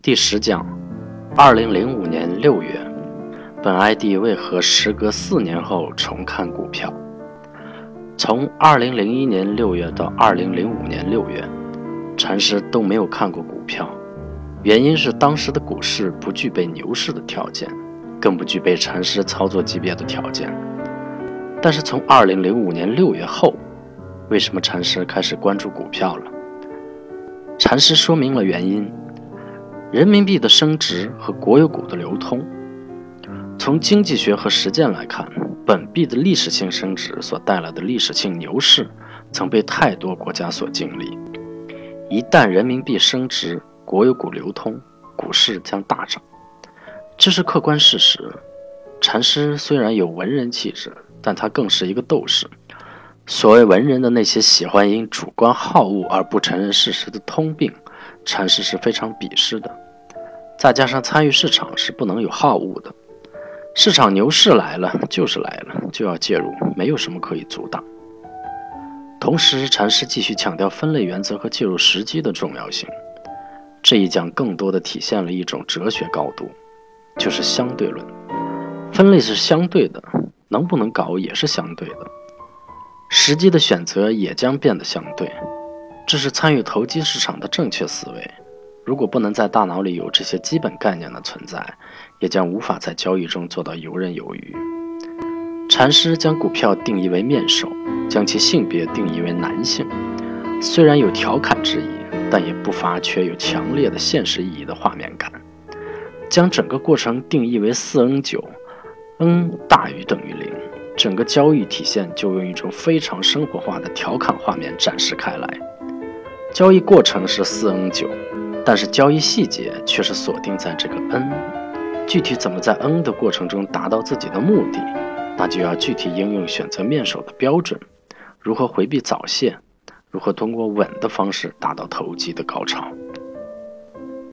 第10讲，2005年6月，本 ID 为何时隔4年后重看股票？从2001年6月到2005年6月，禅师都没有看过股票，原因是当时的股市不具备牛市的条件，更不具备禅师操作级别的条件。但是从2005年6月后，为什么禅师开始关注股票了？禅师说明了原因：人民币的升值和国有股的流通。从经济学和实践来看，本币的历史性升值所带来的历史性牛市曾被太多国家所经历。一旦人民币升值，国有股流通，股市将大涨，这是客观事实。禅师虽然有文人气质，但他更是一个斗士。所谓文人的那些喜欢因主观好恶而不承认事实的通病，禅师是非常鄙视的。再加上参与市场是不能有好恶的，市场牛市来了就是来了，就要介入，没有什么可以阻挡。同时，禅师继续强调分类原则和介入时机的重要性。这一讲更多的体现了一种哲学高度，就是相对论。分类是相对的，能不能搞也是相对的，时机的选择也将变得相对。这是参与投机市场的正确思维。如果不能在大脑里有这些基本概念的存在，也将无法在交易中做到游刃有余。禅师将股票定义为面首，将其性别定义为男性，虽然有调侃之意，但也不乏缺有强烈的现实意义的画面感。将整个过程定义为4N9，N 大于等于0，整个交易体现就用一种非常生活化的调侃画面展示开来。交易过程是4N9，但是交易细节却是锁定在这个 N。 具体怎么在 N 的过程中达到自己的目的，那就要具体应用选择面首的标准，如何回避早泄，如何通过稳的方式达到投机的高潮。